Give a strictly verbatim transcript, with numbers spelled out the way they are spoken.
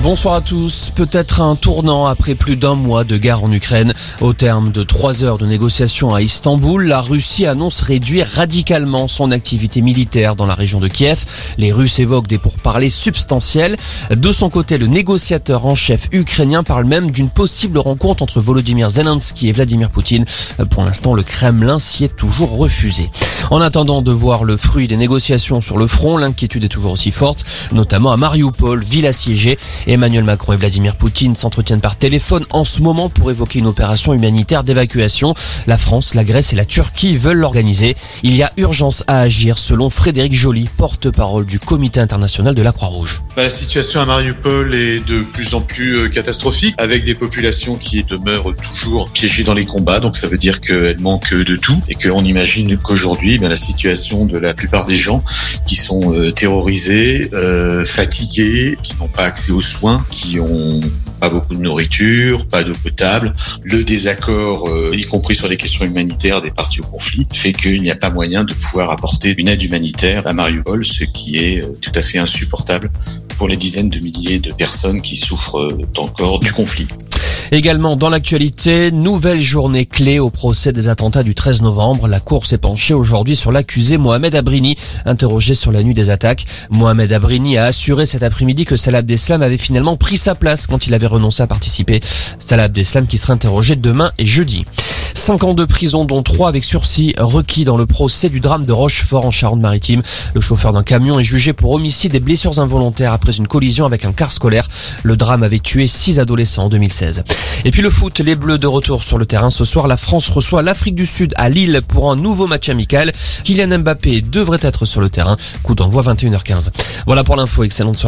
Bonsoir à tous. Peut-être un tournant après plus d'un mois de guerre en Ukraine. Au terme de trois heures de négociations à Istanbul, la Russie annonce réduire radicalement son activité militaire dans la région de Kiev. Les Russes évoquent des pourparlers substantiels. De son côté, le négociateur en chef ukrainien parle même d'une possible rencontre entre Volodymyr Zelensky et Vladimir Poutine. Pour l'instant, le Kremlin s'y est toujours refusé. En attendant de voir le fruit des négociations sur le front, l'inquiétude est toujours aussi forte, notamment à Mariupol, ville assiégée. Emmanuel Macron et Vladimir Poutine s'entretiennent par téléphone en ce moment pour évoquer une opération humanitaire d'évacuation. La France, la Grèce et la Turquie veulent l'organiser. Il y a urgence à agir selon Frédéric Joly, porte-parole du Comité international de la Croix-Rouge. La situation à Mariupol est de plus en plus catastrophique, avec des populations qui demeurent toujours piégées dans les combats. Donc ça veut dire qu'elles manquent de tout et qu'on imagine qu'aujourd'hui, ben, la situation de la plupart des gens qui sont euh, terrorisés, euh, fatigués, qui n'ont pas accès aux soins, qui ont pas beaucoup de nourriture, pas d'eau potable, le désaccord, euh, y compris sur les questions humanitaires des parties au conflit, fait qu'il n'y a pas moyen de pouvoir apporter une aide humanitaire à Mariupol, ce qui est euh, tout à fait insupportable pour les dizaines de milliers de personnes qui souffrent euh, encore du conflit. Également dans l'actualité, nouvelle journée clé au procès des attentats du treize novembre. La cour s'est penchée aujourd'hui sur l'accusé Mohamed Abrini, interrogé sur la nuit des attaques. Mohamed Abrini a assuré cet après-midi que Salah Abdeslam avait finalement pris sa place quand il avait renoncé à participer. Salah Abdeslam qui sera interrogé demain et jeudi. Cinq ans de prison, dont trois avec sursis, requis dans le procès du drame de Rochefort en Charente-Maritime. Le chauffeur d'un camion est jugé pour homicide et blessures involontaires après une collision avec un car scolaire. Le drame avait tué six adolescents en deux mille seize. Et puis le foot, les Bleus de retour sur le terrain. Ce soir, la France reçoit l'Afrique du Sud à Lille pour un nouveau match amical. Kylian Mbappé devrait être sur le terrain. Coup d'envoi vingt et une heures quinze. Voilà pour l'info, excellente soirée.